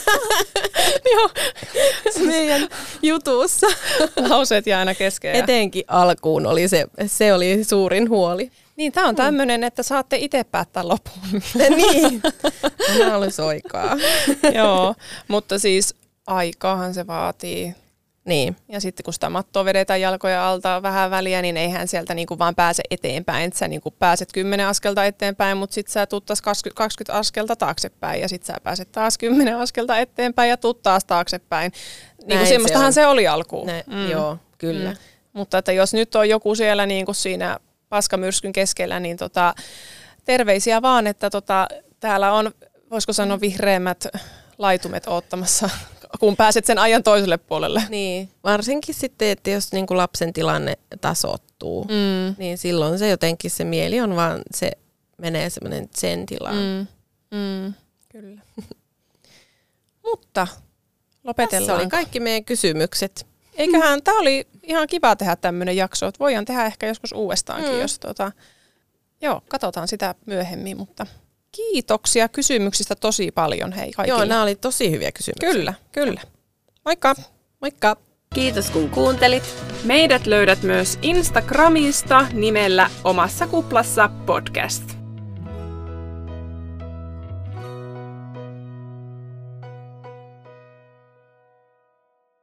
Joo. meidän jutussa. Lauseet jää aina kesken. Etenkin alkuun oli se, se oli suurin huoli. Niin, tämä on tämmöinen, että saatte itse päättää loppuun. Niin, mä olisi oikaa. Joo, mutta siis aikaahan se vaatii. Niin. Ja sitten kun sitä mattoa vedetään jalkoja alta vähän väliä, niin eihän sieltä niinku vaan pääse eteenpäin. Sä niinku pääset kymmenen askelta eteenpäin, mutta sitten sä tuut taas kaksikymmentä askelta taaksepäin. Ja sitten sä pääset taas kymmenen askelta eteenpäin ja tuut taas taaksepäin. Niinku semmoistahan se, se oli alkuun. Näin, mm. Joo, kyllä. Mm. Mutta että jos nyt on joku siellä niinku siinä paskamyrskyn keskellä, niin tota, terveisiä vaan, että tota, täällä on, voisiko sanoa, vihreämmät laitumet oottamassa, kun pääset sen ajan toiselle puolelle. Niin, varsinkin sitten, että jos niinku lapsen tilanne tasoittuu, mm. niin silloin se jotenkin se mieli on vaan, se menee semmoinen zen-tilaan. Mm. Mm. Kyllä. Mutta lopetellaan. Tässä oli kaikki meidän kysymykset. Eiköhän, tää oli ihan kiva tehdä tämmöinen jakso, että voidaan tehdä ehkä joskus uudestaankin, mm. jos tota, joo, katsotaan sitä myöhemmin, mutta kiitoksia kysymyksistä tosi paljon, hei kaikille. Joo, nämä oli tosi hyviä kysymyksiä. Kyllä, kyllä. Moikka! Moikka! Kiitos kun kuuntelit. Meidät löydät myös Instagramista nimellä Omassa kuplassa podcast.